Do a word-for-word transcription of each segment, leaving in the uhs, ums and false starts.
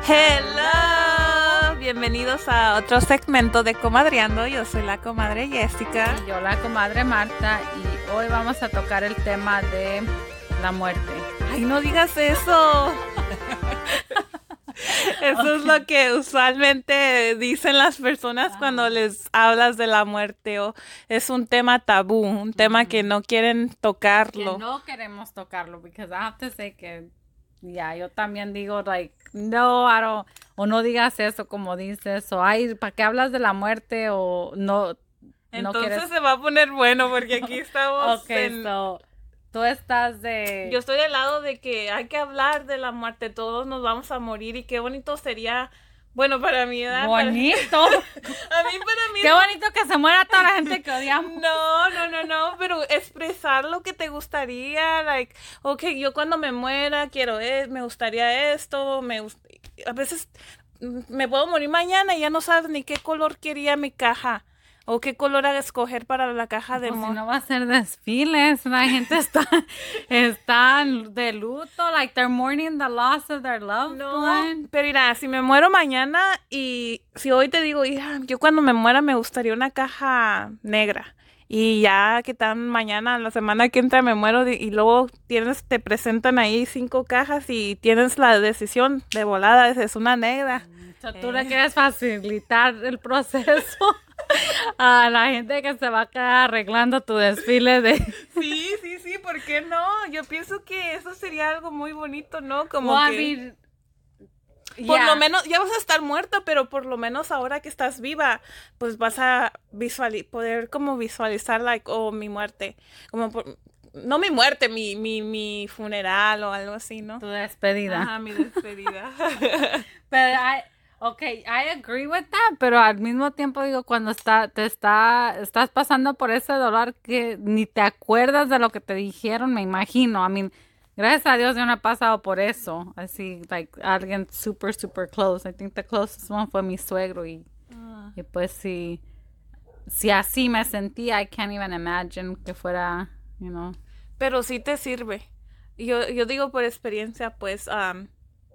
Hello, bienvenidos a otro segmento de Comadreando. Yo soy la comadre Jessica. Y yo la comadre Marta, y hoy vamos a tocar el tema de la muerte. Ay, no digas eso. Eso okay. Es lo que usualmente dicen las personas ah. cuando les hablas de la muerte, o es un tema tabú, un tema mm-hmm. que no quieren tocarlo. Que no queremos tocarlo, because I have to say que, ya, yeah, yo también digo, like, no, I don't, o no digas eso como dices, o ay, ¿para qué hablas de la muerte? O no, Entonces no quieres... se va a poner bueno, porque aquí estamos Ok, en... so... Tú estás de... Yo estoy del lado de que hay que hablar de la muerte. Todos nos vamos a morir y qué bonito sería... Bueno, para mi edad... ¿Bonito? Para... a mí, para mí... Qué bonito que se muera toda la gente que odiamos. No, no, no, no. Pero expresar lo que te gustaría. Like, ok, yo cuando me muera quiero... Es, me gustaría esto. Me gust... A veces me puedo morir mañana y ya no sabes ni qué color quería mi caja. ¿O qué color a escoger para la caja de pues mo- si no va a ser desfiles, la gente está, está de luto, like they're mourning the loss of their loved no, one. Pero mira, si me muero mañana y si hoy te digo, hija, yo cuando me muera me gustaría una caja negra. Y ya que tan mañana, la semana que entra me muero y luego tienes, te presentan ahí cinco cajas y tienes la decisión de volada, es una negra. O sea, tú eh. le quieres facilitar el proceso a la gente que se va a quedar arreglando tu desfile de... Sí, sí, sí, ¿por qué no? Yo pienso que eso sería algo muy bonito, ¿no? Como well, que... I mean, por yeah. lo menos, ya vas a estar muerta, pero por lo menos ahora que estás viva, pues vas a visualizar, poder como visualizar, like, oh, mi muerte. Como por... No mi muerte, mi, mi, mi funeral o algo así, ¿no? Tu despedida. Ajá, mi despedida. Pero I... Okay, I agree with that, pero al mismo tiempo digo, cuando está, te está, estás pasando por ese dolor que ni te acuerdas de lo que te dijeron, me imagino. I mean, gracias a Dios yo no he pasado por eso. Así, like, alguien super, super close. I think the closest one fue mi suegro y, uh. y pues si, si así me sentía, I can't even imagine que fuera, you know. Pero sí te sirve. Yo, yo digo por experiencia, pues, um,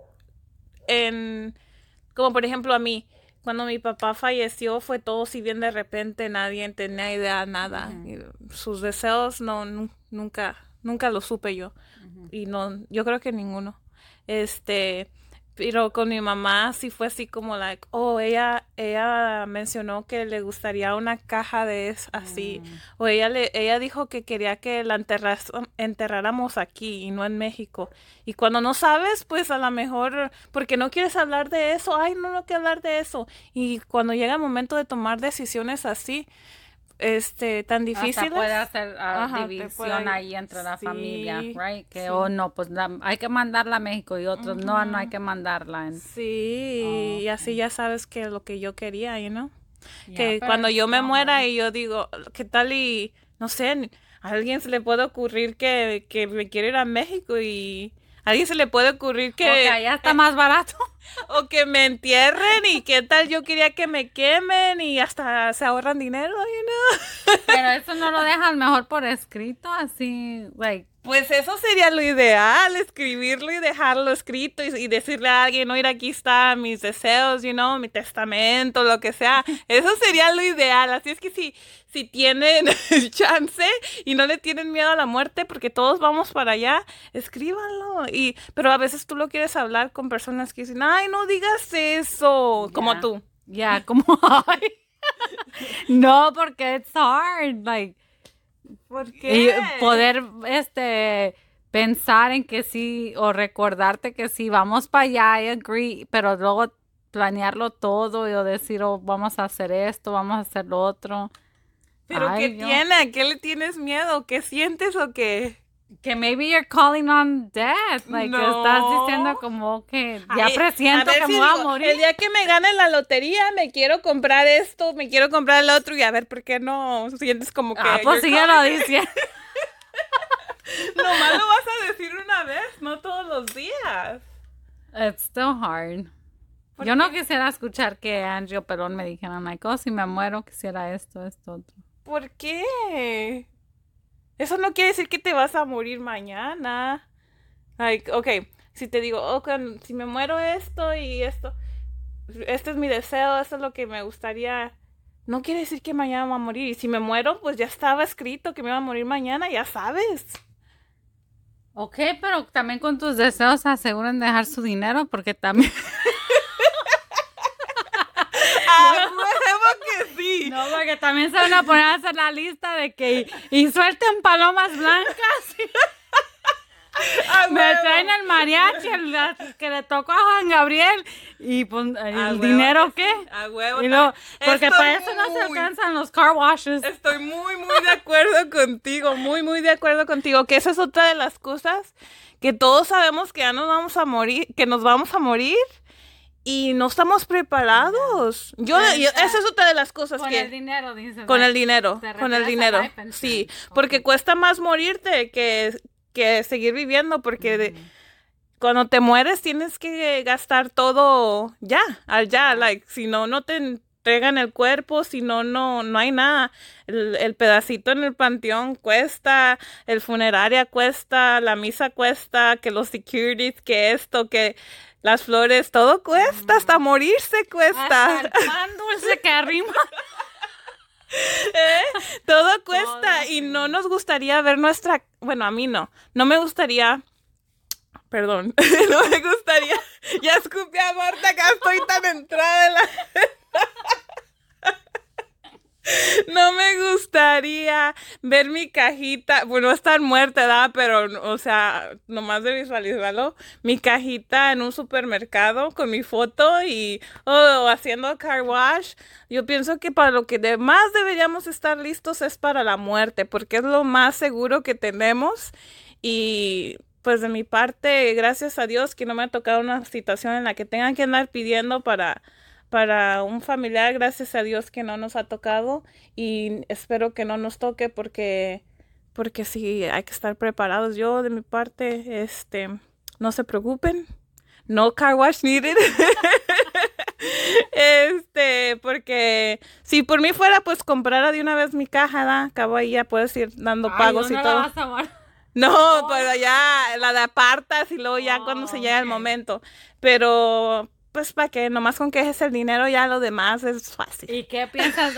en... Como por ejemplo a mí, cuando mi papá falleció fue todo si bien de repente, nadie tenía idea, nada. Uh-huh. Sus deseos no, n- nunca, nunca lo supe yo. Uh-huh. Y no, yo creo que ninguno. Este, pero con mi mamá sí fue así como like, oh, ella, ella mencionó que le gustaría una caja de es así. Uh-huh. O ella le, ella dijo que quería que la enterras, enterráramos aquí y no en México. Y cuando no sabes, pues a lo mejor, porque no quieres hablar de eso, ay, no, no quiero hablar de eso. Y cuando llega el momento de tomar decisiones así, este, tan difíciles. Hasta puede hacer uh, Ajá, división puede... ahí entre la sí, familia, right? Que, sí. oh, no, pues la, hay que mandarla a México y otros, uh-huh. no, no hay que mandarla. En... Sí, oh, okay. Y así ya sabes que lo que yo quería, you know? Yeah, que cuando yo me muera hard. Y yo digo, ¿qué tal y, no sé, a alguien se le puede ocurrir que, que me quiere ir a México y... A alguien se le puede ocurrir que... Porque allá está eh, más barato. O que me entierren y qué tal yo quería que me quemen y hasta se ahorran dinero, you know. Pero eso no lo dejan mejor por escrito, así, like... Pues eso sería lo ideal, escribirlo y dejarlo escrito y, y decirle a alguien, oye, aquí están mis deseos, you know, mi testamento, lo que sea. Eso sería lo ideal. Así es que si, si tienen chance y no le tienen miedo a la muerte, porque todos vamos para allá, escríbanlo. Y, pero a veces tú lo quieres hablar con personas que dicen, ay, no digas eso, yeah. Como tú. Ya, yeah, como, ay. No, porque it's hard, like... ¿Por qué? Y poder este pensar en que sí o recordarte que sí vamos para allá, I agree, pero luego planearlo todo y o decir, oh, vamos a hacer esto, vamos a hacer lo otro. ¿Pero Ay, qué yo... tiene? ¿A qué le tienes miedo? ¿Qué sientes o qué? Que maybe you're calling on death, like no. Que estás diciendo como que ya Ay, presiento que si me voy a morir. El día que me gane la lotería me quiero comprar esto, me quiero comprar el otro y a ver por qué no sientes como que... Ah, pues síguelo diciendo. Nomás lo vas a decir una vez, no todos los días. It's still hard. Yo qué? No quisiera escuchar que Angie o Perón me dijeran, like, oh, si me muero quisiera esto, esto, otro. ¿Por qué? Eso no quiere decir que te vas a morir mañana. Like, okay, si te digo, oh, con, si me muero esto y esto, este es mi deseo, esto es lo que me gustaría, no quiere decir que mañana me va a morir. Y si me muero, pues ya estaba escrito que me iba a morir mañana, ya sabes. Ok, pero también con tus deseos aseguren dejar su dinero porque también... ¡Ah, huevo que sí! No, porque también se van a poner a hacer la lista de que... Y, y suelten palomas blancas. ¡A Me huevo! traen el mariachi el, que le tocó a Juan Gabriel. Y pues, ¿el A huevo dinero que qué? sí, a huevo. Y luego, porque Estoy para eso no se muy- alcanzan los car washes. Estoy muy, muy de acuerdo contigo, muy, muy de acuerdo contigo, que esa es otra de las cosas que todos sabemos que ya nos vamos a morir, que nos vamos a morir y no estamos preparados. Yo, Pues, yo- ah, esa es otra de las cosas Con que... el dinero, dices. Con like, el dinero, te con el refieres a dinero, life insurance. sí, Ok. porque cuesta más morirte que, que seguir viviendo, porque de- cuando te mueres tienes que gastar todo ya, allá, like, si no, no te entregan el cuerpo, si no, no, no hay nada. El, el pedacito en el panteón cuesta, el funeraria cuesta, la misa cuesta, que los securities, que esto, que las flores, todo cuesta, hasta morirse cuesta. Hasta el pan dulce que arrima. ¿Eh? Todo cuesta Todo, y sí. no nos gustaría ver nuestra, bueno, a mí no, no me gustaría, perdón, no me gustaría, ya escupí a Marta, acá estoy tan entrada en la... No me gustaría ver mi cajita, bueno, estar muerta, ¿verdad? Pero, o sea, nomás de visualizarlo, mi cajita en un supermercado con mi foto y oh, haciendo car wash. Yo pienso que para lo que de más deberíamos estar listos es para la muerte, porque es lo más seguro que tenemos. Y pues de mi parte, gracias a Dios que no me ha tocado una situación en la que tengan que andar pidiendo para... para un familiar, gracias a Dios que no nos ha tocado y espero que no nos toque porque, porque sí, hay que estar preparados. Yo de mi parte, este, no se preocupen, no car wash needed. Este, porque si por mí fuera, pues comprara de una vez mi caja, ¿da? Acabo ahí ya puedes ir dando Ay, pagos ¿dónde y la todo. vas a guardar? No, Oh. pero ya la de apartas y luego ya Oh, cuando se llega el ok. momento. Pero, pues, para que nomás con que es el dinero, ya lo demás es fácil. ¿Y qué piensas?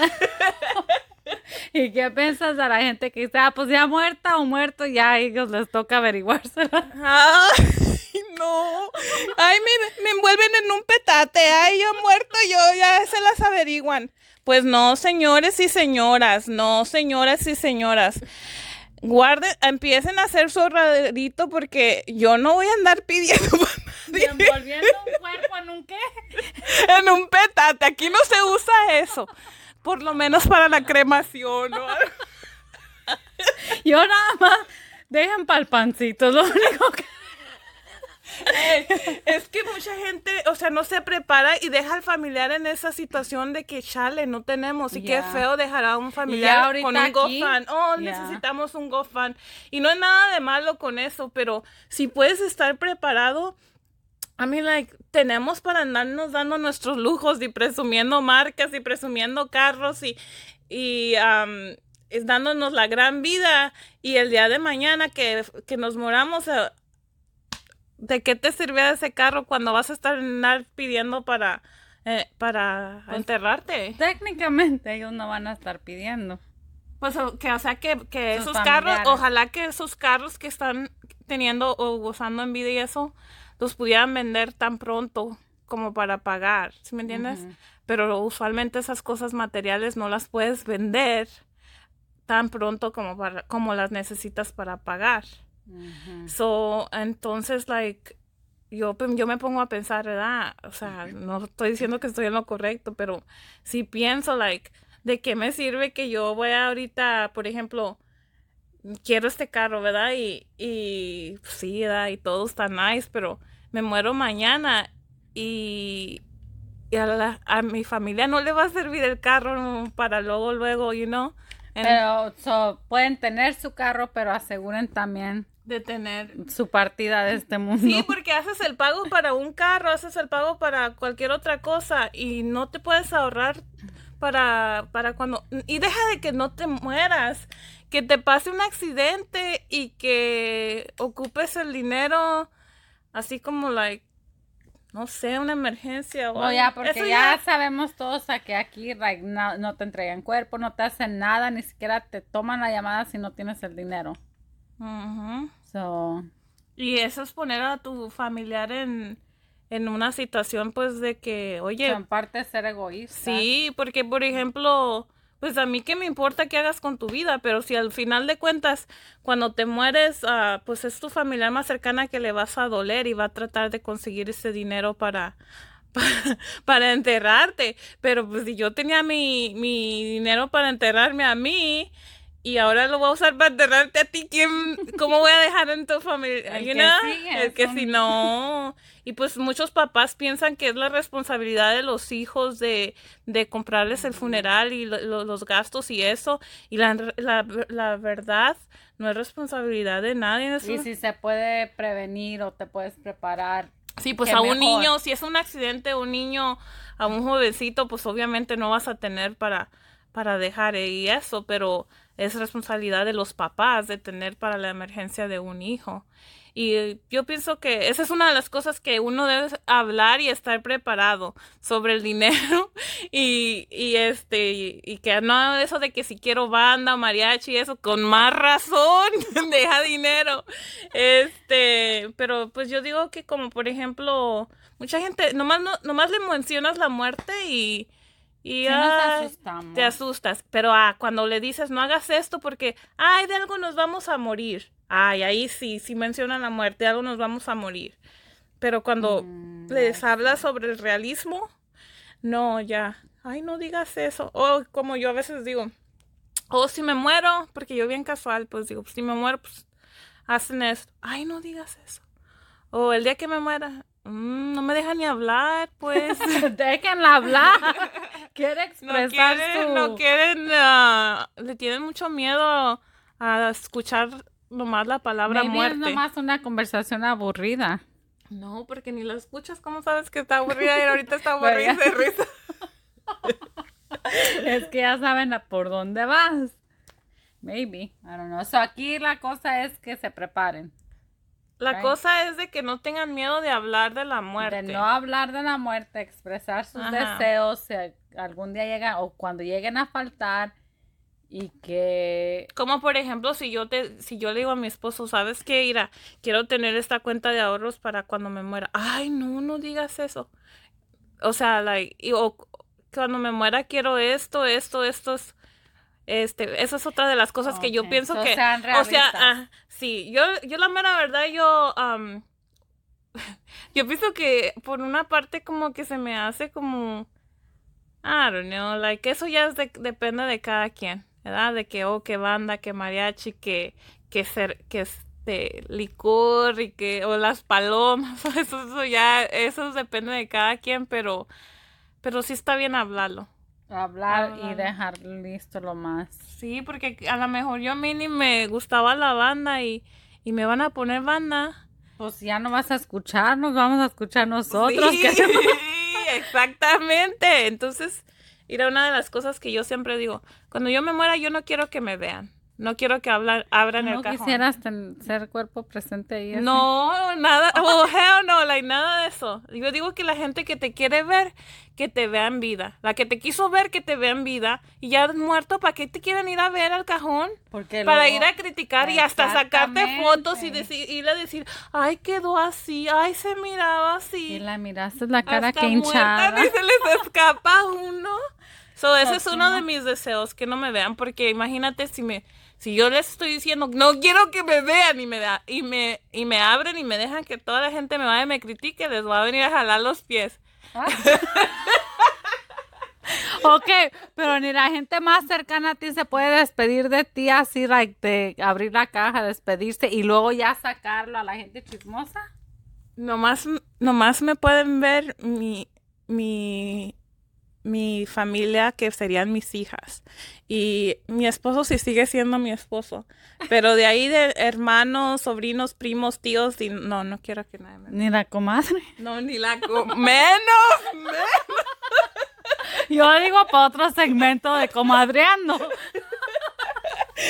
¿Y qué piensas de la gente que dice, ah, pues ya muerta o muerto, ya a ellos les toca averiguársela? Ay, no. Ay, me, me envuelven en un petate. Ay, yo muerto, yo ya se las averiguan. Pues no, señores y señoras, no, señoras y señoras. Guarden, empiecen a hacer su ahorradito porque yo no voy a andar pidiendo para nadie ¿Envolviendo un cuerpo en un qué? en un petate. Aquí no se usa eso. Por lo menos para la cremación, ¿no? Yo nada más, dejen para el pancito, es lo único que... Eh, es que mucha gente, o sea, no se prepara y deja al familiar en esa situación de que chale, no tenemos. Y Ya. qué feo dejar a un ya familiar ahorita con un aquí, GoFund. Oh, ya. necesitamos un GoFund. Y no es nada de malo con eso, pero si puedes estar preparado, I mean, like, tenemos para andarnos dando nuestros lujos y presumiendo marcas y presumiendo carros y, y um, es dándonos la gran vida. Y el día de mañana que, que nos moramos, eh, ¿de qué te sirve ese carro cuando vas a estar andar pidiendo para, eh, para Pues, enterrarte? Técnicamente ellos no van a estar pidiendo. Pues o- que, o sea, que, que Sus esos carros, familiares. ojalá que esos carros que están teniendo o gozando en vida y eso, los pudieran vender tan pronto como para pagar, ¿sí me entiendes? Ujú. Pero usualmente esas cosas materiales no las puedes vender tan pronto como para, como las necesitas para pagar. Ujú. So, entonces, like, yo, pe- yo me pongo a pensar, ¿verdad? O sea, no estoy diciendo que estoy en lo correcto, pero si pienso, like, ¿de qué me sirve que yo voy ahorita, por ejemplo, quiero este carro, ¿verdad? Y, y sí, ¿verdad? Y todo está nice, pero me muero mañana y, y a, la- a mi familia no le va a servir el carro para luego, luego, you know, en- Pero so, pueden tener su carro, pero aseguren también de tener. su partida de este mundo. Sí, porque haces el pago para un carro, haces el pago para cualquier otra cosa y no te puedes ahorrar para, para cuando... Y deja de que no te mueras, que te pase un accidente y que ocupes el dinero así como, like, no sé, una emergencia o No, algo. ya, porque Eso ya, sabemos todos a que aquí like, no, no te entregan cuerpo, no te hacen nada, ni siquiera te toman la llamada si no tienes el dinero. Ujú. So, Y eso es poner a tu familiar en, en una situación, pues, de que, oye, son parte de ser egoísta. sí, porque, por ejemplo, pues a mí qué me importa qué hagas con tu vida, pero si al final de cuentas, cuando te mueres, ah, pues es tu familiar más cercana que le vas a doler y va a tratar de conseguir ese dinero para, para, para enterrarte. Pero pues si yo tenía mi, mi dinero para enterrarme a mí y ahora lo voy a usar para enterrarte a ti, ¿quién, cómo voy a dejar en tu familia? El You que know? sigue, El que son- si no. Y pues muchos papás piensan que es la responsabilidad de los hijos de, de comprarles el funeral y lo- lo- los gastos y eso. Y la, la, la verdad no es responsabilidad de nadie. Es Y una- si se puede prevenir o te puedes preparar. Sí, pues qué a un mejor. niño, si es un accidente, un niño, a un jovencito, pues obviamente no vas a tener para, para dejar y eso, pero es responsabilidad de los papás de tener para la emergencia de un hijo. Y yo pienso que esa es una de las cosas que uno debe hablar y estar preparado sobre el dinero y, y este y, y que no eso de que si quiero banda o mariachi eso con más razón deja dinero. Este, pero pues yo digo que como por ejemplo, mucha gente nomás no, nomás le mencionas la muerte y y Sí nos ay, asustamos. te asustas, pero ah, cuando le dices no hagas esto porque ay, de algo nos vamos a morir. Ay, ahí sí, sí mencionan la muerte, de algo nos vamos a morir. Pero cuando Mm, les ay, hablas sobre el realismo, no, ya. Ay, no digas eso. O como yo a veces digo, o si me muero, porque yo bien casual, pues digo, si me muero, pues hacen esto. Ay, no digas eso. O el día que me muera, mm, no me dejan ni hablar, pues. Déjenla hablar. Quiere No expresar quieren, su... no quieren, ah, le tienen mucho miedo a escuchar nomás la palabra Maybe muerte. es nomás una conversación aburrida. No, porque ni la escuchas, ¿cómo sabes que está aburrida y ahorita está Pero aburrida ya- de risa? Es que ya saben a por dónde vas. Maybe, I don't know. So aquí la cosa es que se preparen. La Right. cosa es de que no tengan miedo de hablar de la muerte. De no hablar de la muerte, expresar sus Ajá. deseos, si algún día llegan o cuando lleguen a faltar y que... Como por ejemplo, si yo te, si yo le digo a mi esposo, ¿sabes qué? Ira, quiero tener esta cuenta de ahorros para cuando me muera. Ay, no, no digas eso. O sea, like, y- o cuando me muera quiero esto, esto, estos, este, esa es otra de las cosas que yo Ok, pienso so que, sean o sea, realistas. ah, sí, yo, yo la mera verdad, yo, um, yo pienso que por una parte como que se me hace como, I don't know, like, eso ya es de- depende de cada quien, ¿verdad? De que, oh, que banda, que mariachi, que, que ser, que este, licor y que, o las palomas, eso, eso ya, eso depende de cada quien, pero, pero sí está bien hablarlo. Hablar y Hablar. dejar listo lo más. Sí, porque a lo mejor yo a mí ni me gustaba la banda y, y me van a poner banda. Pues ya no vas a escucharnos, vamos a escuchar nosotros. Sí, que- exactamente. Entonces, era una de las cosas que yo siempre digo, cuando yo me muera yo no quiero que me vean, no quiero que hablan, abran ¿No el cajón. quisieras ten- ser cuerpo presente ahí? así? No, nada, oh, hell no, like, nada de eso. Yo digo que la gente que te quiere ver, que te vea en vida. La que te quiso ver, que te vea en vida. Y ya muerto, ¿para qué te quieren ir a ver al cajón? Porque Para luego- ir a criticar y hasta sacarte Exactamente. fotos y decir, ir a decir, ay, quedó así, ay, se miraba así. Y la miraste la cara Hasta que hinchada. muerta, ni se les escapa a uno. So, ese es Ok. uno de mis deseos, que no me vean, porque imagínate si me, si yo les estoy diciendo, no quiero que me vean y me da, y me, y me abren y me dejan que toda la gente me vaya y me critique, les voy a venir a jalar los pies. Ah. Ok, pero ni la gente más cercana a ti se puede despedir de ti así, like, de abrir la caja, despedirse y luego ya sacarlo a la gente chismosa. Nomás, nomás me pueden ver mi, mi, mi familia, que serían mis hijas. Y mi esposo sí sigue siendo mi esposo. Pero de ahí de hermanos, sobrinos, primos, tíos, y no, no quiero que nadie me vea. Ni la comadre. No, ni la co menos, menos. Yo digo para otro segmento de comadreando.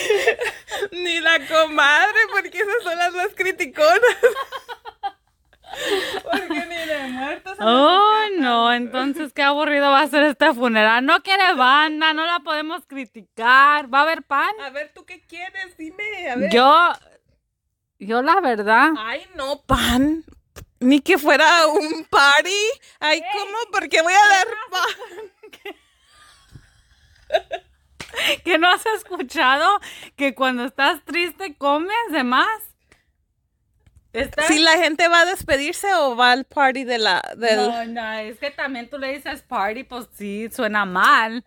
Ni la comadre, porque esas son las más criticonas. Porque ni de muertos. Oh, no, entonces qué aburrido va a ser este funeral. No quiere banda, no la podemos criticar. ¿Va a haber pan? A ver, ¿tú qué quieres? Dime, a ver. Yo, yo la verdad. Ay, no, pan. Ni que fuera un party. Ay, ¿cómo? ¿Por qué voy a dar pan? ¿Que no has escuchado que cuando estás triste comes de más? ¿Estás? Si la gente va a despedirse o va al party de la... Del... No, no, es que también tú le dices party, pues sí, suena mal.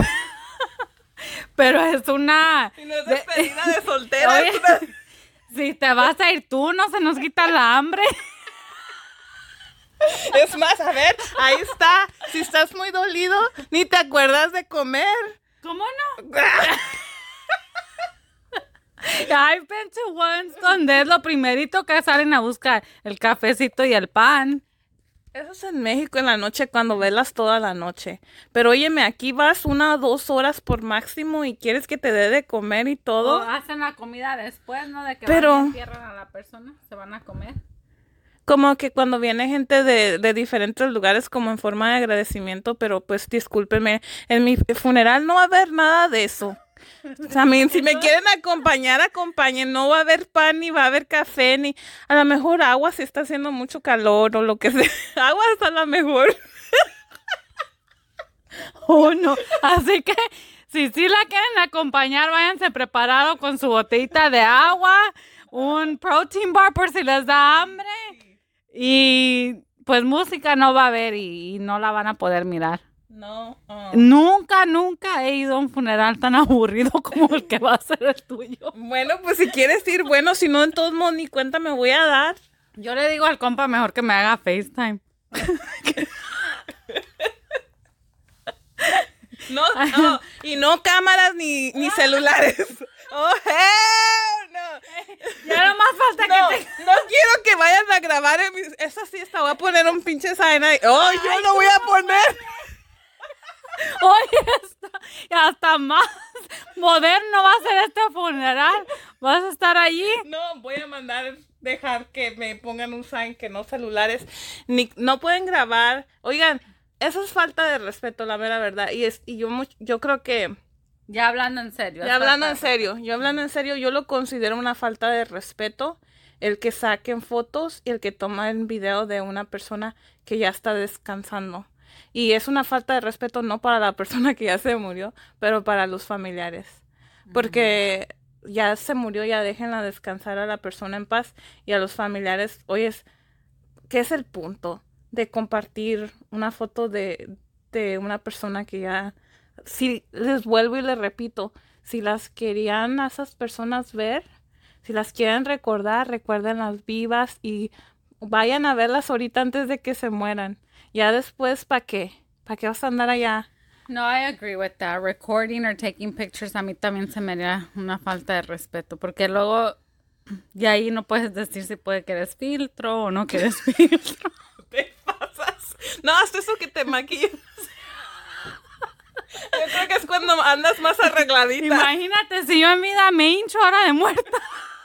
Pero es una... Y no es despedida de, de soltera. Oye, es una... Si te vas a ir tú, no se nos quita la hambre. Es más, a ver, ahí está. Si estás muy dolido, ni te acuerdas de comer. ¿Cómo no? I've been to ones donde es lo primerito que salen a buscar, el cafecito y el pan. Eso es en México en la noche cuando velas toda la noche. Pero óyeme, aquí vas una o dos horas por máximo y quieres que te dé de comer y todo. O hacen la comida después, ¿no? De que Pero... van y entierran a la persona, se van a comer. Como que cuando viene gente de, de diferentes lugares como en forma de agradecimiento, pero pues discúlpenme, en mi funeral no va a haber nada de eso. También, si me quieren acompañar, acompañen. No va a haber pan, ni va a haber café, ni a lo mejor agua si está haciendo mucho calor o lo que sea. Agua a lo mejor. Oh, no. Así que, si sí la quieren acompañar, váyanse preparado con su botellita de agua, un protein bar por si les da hambre. Y pues música no va a haber y, y no la van a poder mirar. No. Oh. Nunca, nunca he ido a un funeral tan aburrido como el que va a ser el tuyo. Bueno, pues si quieres ir, bueno, si no, en todos modos ni cuenta me voy a dar. Yo le digo al compa mejor que me haga FaceTime. No, no, y no cámaras ni, ni celulares. Oh, hell no. Ya no más falta No, que te... no quiero que vayan a grabar en mis... Esa sí está, voy a poner un pinche sign ahí. Oh, yo Ay, lo voy a poner. Oye, está, hasta más moderno va a ser este funeral. ¿Vas a estar allí? No, voy a mandar, dejar que me pongan un sign que no celulares, ni no pueden grabar. Oigan, eso es falta de respeto, la mera verdad. Y es y yo much- yo creo que Ya hablando en serio. ya hablando en serio, yo hablando en serio, yo lo considero una falta de respeto el que saquen fotos y el que tomen video de una persona que ya está descansando. Y es una falta de respeto no para la persona que ya se murió, pero para los familiares. Porque ya se murió, ya déjenla descansar a la persona en paz y a los familiares. Oye, ¿qué es el punto de compartir una foto de, de una persona que ya... Si les vuelvo y les repito, si las querían a esas personas ver, si las quieren recordar, recuérdenlas vivas y vayan a verlas ahorita antes de que se mueran. Ya después, ¿para qué? ¿Para qué vas a andar allá? No, I agree with that. Recording or taking pictures a mí también se me haría una falta de respeto, porque luego ya ahí no puedes decir si puede que eres filtro o no quieres filtro. Te pasas. No, hasta eso que te maquillas. Yo creo que es cuando andas más arregladita. Imagínate si yo en vida me hincho ahora de muerta.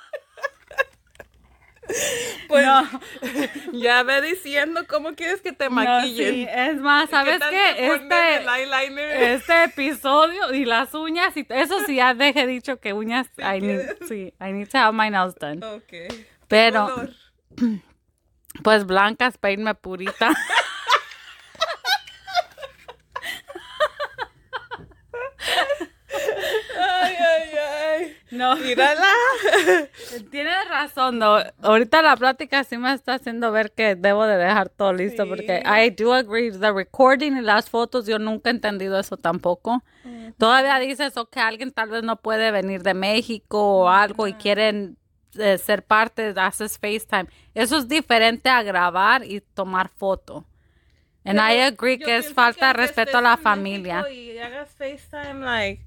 Pues No. ya ve diciendo cómo quieres que te No, maquillen. sí, es más, ¿sabes tal qué? te ponen Este, el eyeliner? este episodio y las uñas, y eso sí, ya dejé dicho que uñas, Sí I need, quieres. sí, I need to have my nails done. Okay. Pero, Color. pues blancas para irme purita. Ay, ay, ay. No, Mírala. tienes razón, no. Ahorita la plática sí me está haciendo ver que debo de dejar todo listo, Sí. porque I do agree, the recording y las fotos, yo nunca he entendido eso tampoco. Todavía dices, ok, alguien tal vez no puede venir de México o algo y quieren eh, ser parte, haces FaceTime. Eso es diferente a grabar y tomar foto. And Pero I agree yo que es pienso falta de aunque respeto estés a la en familia. México y hagas FaceTime, like,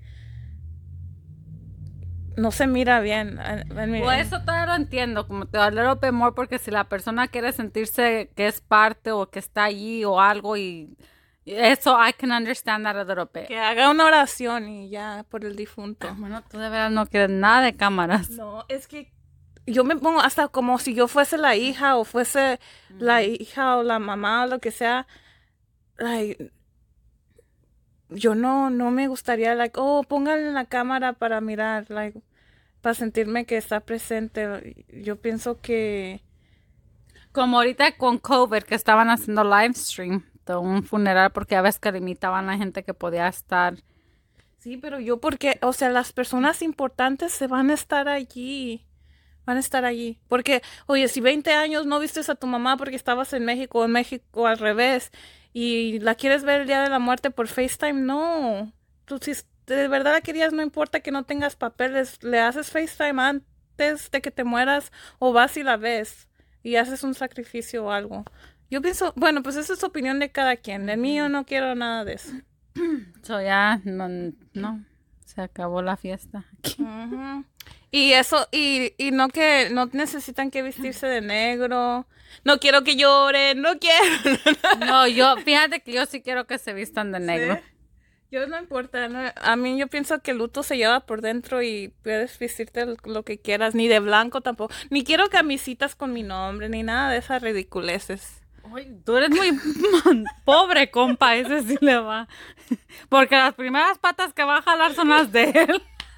no se mira bien. En- en mi- Pues eso todavía lo entiendo, como te hablo a more, porque si la persona quiere sentirse que es parte o que está allí o algo y eso I can understand that a little bit. Que haga una oración y ya por el difunto. Bueno, tú de verdad no quieres nada de cámaras. No, es que yo me pongo hasta como si yo fuese la hija o fuese uh-huh. la hija o la mamá o lo que sea. Like, yo no, no me gustaría, like, oh, póngale en la cámara para mirar, like, para sentirme que está presente. Yo pienso que... Como ahorita con COVID, que estaban haciendo live stream de un funeral, porque a veces que limitaban a la gente que podía estar. Sí, pero yo porque, o sea, las personas importantes se van a estar allí. Van a estar allí. Porque, oye, si veinte años no vistes a tu mamá porque estabas en México o en México al revés y la quieres ver el día de la muerte por FaceTime, no. Tú si de verdad la querías, no importa que no tengas papeles, le haces FaceTime antes de que te mueras o vas y la ves y haces un sacrificio o algo. Yo pienso, bueno, pues esa es opinión de cada quien. De mí yo no quiero nada de eso. So ya, no, no, se acabó la fiesta. Uh-huh. Y eso, y, y no que no necesitan que vestirse de negro. No quiero que lloren, no quiero. No, yo, fíjate que yo sí quiero que se vistan de negro. ¿Sí? Yo no importa, no, a mí yo pienso que el luto se lleva por dentro y puedes vestirte lo que quieras, ni de blanco tampoco. Ni quiero camisitas con mi nombre, ni nada de esas ridiculeces. Uy, tú eres muy pobre, compa, ese sí le va. Porque las primeras patas que va a jalar son las de él.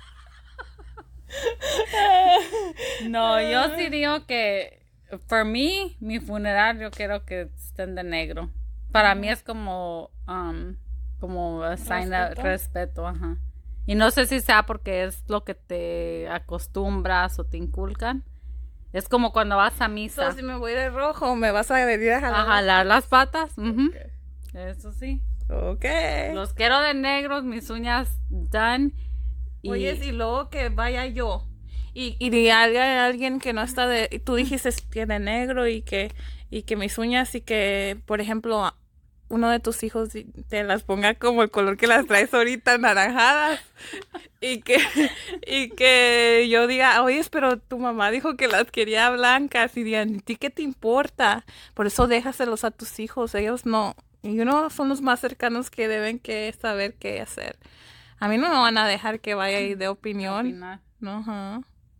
No, yo sí digo que, for me, mi funeral, yo quiero que estén de negro. Para mí es como, um, como a sign de respeto, ajá. Y no sé si sea porque es lo que te acostumbras o te inculcan. Es como cuando vas a misa. So, si me voy de rojo, ¿me vas a venir a jalar? A jalar las patas. Uh-huh. Okay. Eso sí. Ok. Los quiero de negros, mis uñas done. Y... Oye, y luego que vaya yo y, y haya alguien que no está de... Tú dijiste que de negro y que, y que mis uñas y que, por ejemplo, uno de tus hijos te las ponga como el color que las traes ahorita, naranjadas. Y que, y que yo diga, oye, pero tu mamá dijo que las quería blancas. Y digan, ¿a ti qué te importa? Por eso déjaselos a tus hijos. Ellos no, y uno son los más cercanos que deben que saber qué hacer. A mí no me van a dejar que vaya ahí de opinión. No, uh-huh.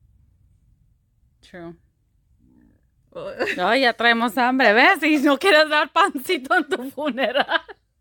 True. No, ya traemos hambre, ¿ves? Y no quieres dar pancito en tu funeral.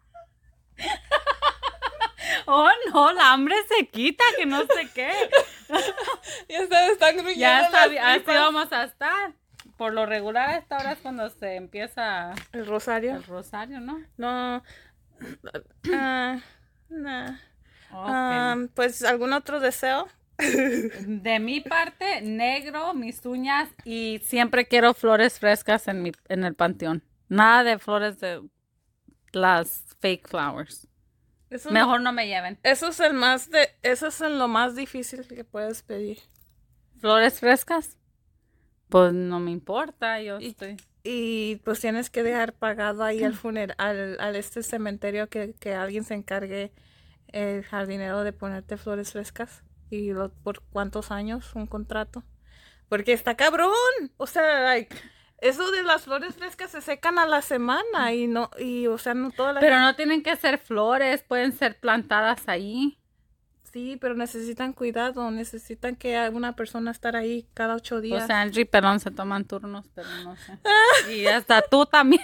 Oh, no, la hambre se quita, que no sé qué. Ya se están gruñendo. Ya está, así vamos a estar. Por lo regular, a esta hora es cuando se empieza... ¿El rosario? El rosario, ¿no? No. Uh, no. Okay. Um, pues, ¿algún otro deseo? De mi parte, negro, mis uñas y siempre quiero flores frescas en mi en el panteón. Nada de flores de las fake flowers. Eso Mejor no, no me lleven. Eso es el más de, eso es lo más difícil que puedes pedir. ¿Flores frescas? Pues no me importa, yo y, estoy. Y pues tienes que dejar pagado ahí al funeral, al, al este cementerio que, que alguien se encargue el jardinero de ponerte flores frescas. ¿Y lo, por cuántos años un contrato? Porque está cabrón. O sea, like, eso de las flores frescas se secan a la semana y no, y o sea, no todas las... Pero no tienen que ser flores, pueden ser plantadas ahí. Sí, pero necesitan cuidado, necesitan que una persona estar ahí cada ocho días. O sea, Angie y Pelón se toman turnos, pero no sé. Y hasta tú también.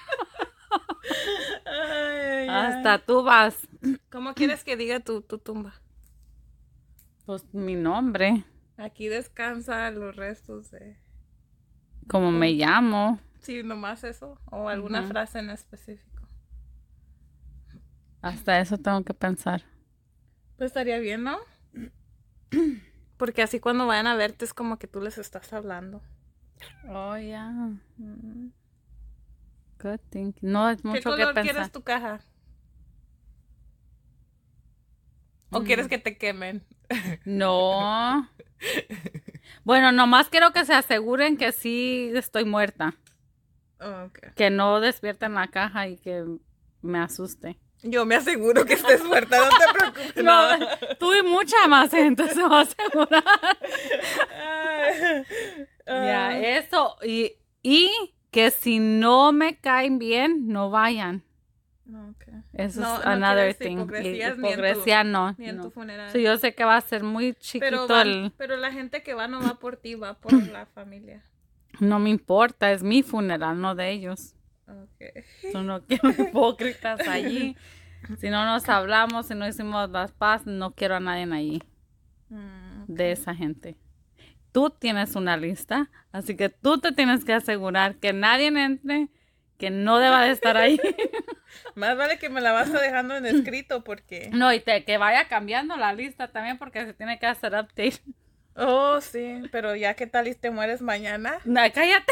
Ay, ay, hasta ay. Tú vas. ¿Cómo quieres que diga tu, tu tumba? Pues mi nombre. Aquí descansa los restos de... ¿Cómo me llamo? Sí, nomás eso. O alguna uh-huh. frase en específico. Hasta eso tengo que pensar. Pues estaría bien, ¿no? Porque así cuando vayan a verte es como que tú les estás hablando. Oh, ya. Yeah. Mm. Good thinking. No es mucho que pensar. ¿Qué color quieres tu caja? ¿O mm. quieres que te quemen? No. Bueno, nomás quiero que se aseguren que sí estoy muerta. Oh, okay. Que no despierten la caja y que me asuste. Yo me aseguro que estés muerta, no te preocupes. No, tú y mucha más gente se va a asegurar. Ya, uh, yeah, eso. Y, y que si no me caen bien, no vayan. No, okay. Eso no, es no another quieres thing. hipocresías ni en tu- Hipocresía no. Ni en no. tu funeral. Sí, yo sé que va a ser muy chiquito pero, van- el... pero la gente que va no va por ti, va por la familia. No me importa, es mi funeral, no de ellos. Okay. Yo no quiero hipócritas allí. Si no nos hablamos, si no hicimos las paz, no quiero a nadie allí Mm, okay. de esa gente. Tú tienes una lista, así que tú te tienes que asegurar que nadie entre que no deba de estar ahí. Más vale que me la vas a dejando en escrito porque... No, y te, que vaya cambiando la lista también porque se tiene que hacer update. Oh, sí, pero ya qué tal y te mueres mañana. No, cállate.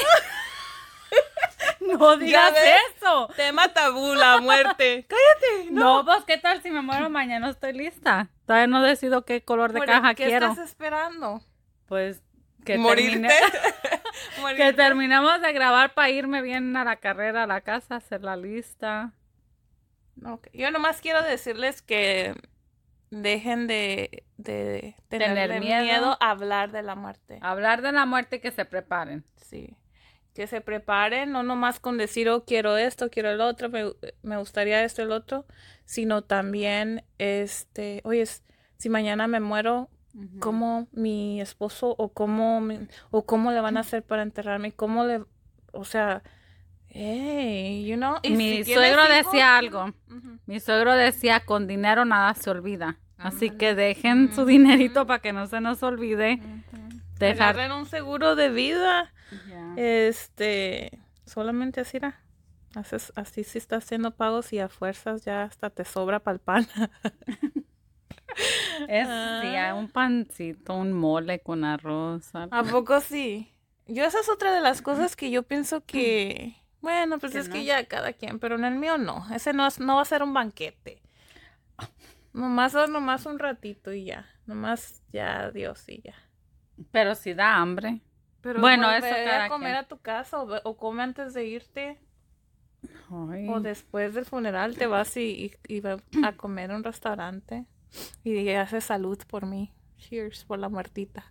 No digas ves? eso. Tema tabú, la muerte. Cállate. No. no, pues qué tal si me muero mañana, estoy lista. Todavía no decido qué color de Por- caja ¿Qué quiero. estás esperando? Pues que ¿Morirte? termine- ¿Morirte? que terminemos de grabar para irme bien a la carrera, a la casa, hacer la lista. Ok. Yo nomás quiero decirles que dejen de, de tenerle Tener miedo. miedo. a hablar de la muerte. Hablar de la muerte y que se preparen. Sí. Que se preparen, no nomás con decir, oh, quiero esto, quiero el otro, me, me gustaría esto, el otro, sino también, este, oye, si mañana me muero, Ujú. ¿cómo mi esposo o cómo, mi- o cómo le van a hacer para enterrarme? ¿Cómo le, o sea, hey, you know? Y Mi si tienes suegro hijos, decía algo. ujú. Mi suegro decía, con dinero nada se olvida. Así Ándale. que dejen su Ujú. dinerito para que no se nos olvide. Ujú. Dejar. Agarren un seguro de vida. Ya. Este, solamente así era. Haces, así sí estás haciendo pagos y a fuerzas ya hasta te sobra para el pan. Es Ah. sí, hay un pancito, un mole con arroz. algo. ¿A poco sí? Yo esa es otra de las cosas que yo pienso que, bueno, pues Que es no. que ya cada quien, pero en el mío no. Ese no, es, no va a ser un banquete. Nomás, nomás un ratito y ya. Nomás ya, Dios y ya. Pero si da hambre. Pero Bueno, pues, eso ve cada a comer quien. a tu casa o, ve- o come antes de irte. Ay. O después del funeral te vas y, y, y va a comer en un restaurante y haces salud por mí. Cheers por la muertita.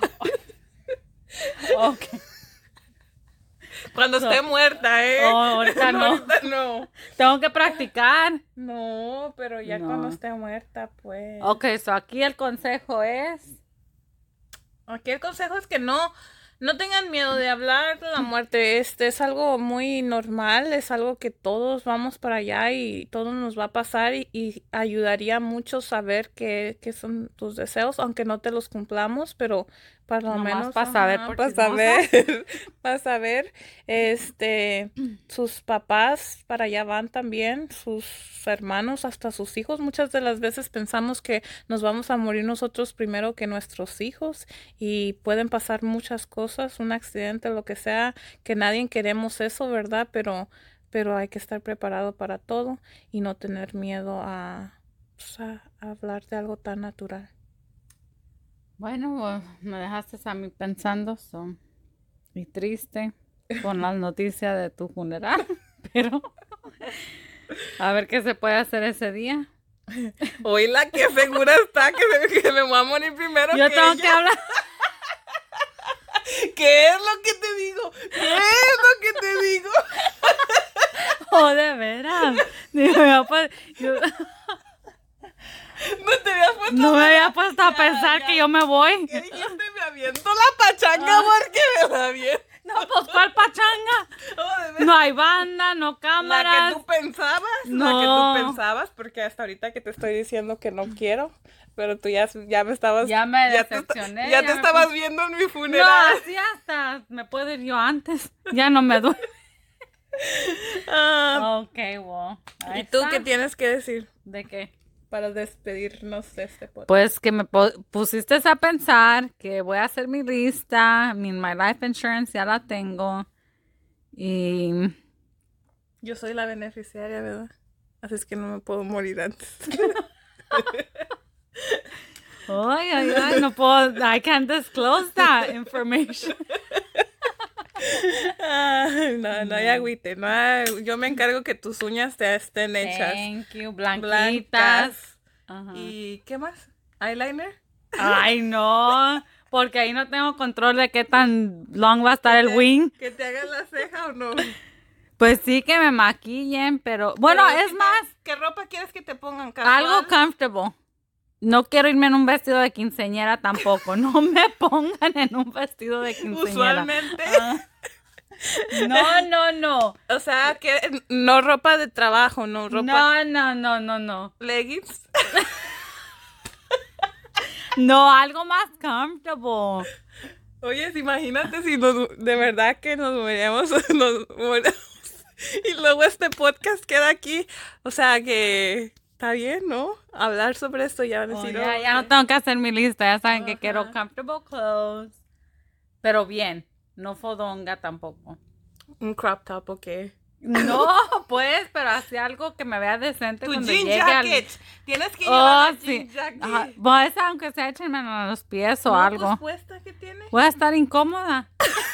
Ok. Cuando esté muerta, ¿eh? Oh, ahorita no. Ahorita no. Tengo que practicar. No, pero ya No. cuando esté muerta, pues. Ok, so aquí el consejo es... Aquí el consejo es que no, no tengan miedo de hablar de la muerte. Este es algo muy normal, es algo que todos vamos para allá y todo nos va a pasar y, y ayudaría mucho saber qué, qué son tus deseos, aunque no te los cumplamos, pero para lo Nomás menos pa' saber por para chismosa. saber, para saber, este, sus papás para allá van también, sus hermanos, hasta sus hijos. Muchas de las veces pensamos que nos vamos a morir nosotros primero que nuestros hijos y pueden pasar muchas cosas, un accidente, lo que sea, que nadie queremos eso, ¿verdad? Pero, pero hay que estar preparado para todo y no tener miedo a, pues, a, a hablar de algo tan natural. Bueno, pues, me dejaste a mí pensando so, y triste con las noticias de tu funeral, pero a ver qué se puede hacer ese día. Oíla, que segura está que me, que me voy a morir primero Yo que tengo ella. que hablar. ¿Qué es lo que te digo? ¿Qué es lo que te digo? Oh, de veras. Digo, yo, pues, yo No te habías puesto no me a- había puesto a Ya, pensar ya. que yo me voy. ¿Qué dijiste? Me aviento la pachanga porque me la aviento. No, pues, ¿cuál pachanga? Oh, de veras. No hay banda, no La cámaras. que tú pensabas, la No. que tú pensabas, porque hasta ahorita que te estoy diciendo que no quiero, pero tú ya, ya me estabas... Ya me ya te, decepcioné, ya ya te me estabas puse- viendo en mi No, funeral. así hasta me puedo ir yo antes. Ya no me duele. Ah, Ok, well. ahí ¿Y tú está. qué tienes que decir ¿De qué? para despedirnos de este podcast? Pues que me po- pusiste a pensar que voy a hacer mi lista, mi My Life Insurance ya la tengo. Y Yo soy la beneficiaria, ¿verdad? Así es que no me puedo morir antes. ay, ay, ay, no puedo, I can't disclose that information. Ay, no, no hay agüite. No hay- yo me encargo que tus uñas te estén hechas Thank you, blanquitas. blancas. Ajá. ¿Y qué más? ¿Eyeliner? Ay, no, porque ahí no tengo control de qué tan long va a estar el wing. ¿Que te hagas la ceja o no? Pues sí que me maquillen, pero... Bueno, Pero, es ¿qué más, tal- ¿Qué ropa quieres que te pongan? ¿Casual? algo comfortable. No quiero irme en un vestido de quinceañera tampoco. No me pongan en un vestido de quinceañera. Usualmente. Ah. No, no, no. O sea, que no ropa de trabajo, no ropa... No, no, no, no, no. Leggings. No, algo más comfortable. Oye, imagínate si nos, de verdad que nos moríamos, nos moríamos y luego este podcast queda aquí. O sea que está bien, ¿no? Hablar sobre esto ya van a Oh, decir, ya, oh, ya no ok. tengo que hacer mi lista. Ya saben que Ajá. quiero comfortable clothes. Pero bien, no fodonga tampoco. Un crop top, ok. No, pues, pero así algo que me vea decente Tu cuando jean llegue al... jacket. Tienes que Oh, llevar la sí. jean jacket. Ajá. Pues, aunque sea échenme a los pies o ¿No, algo. pues, puesta que tiene? Voy a estar incómoda.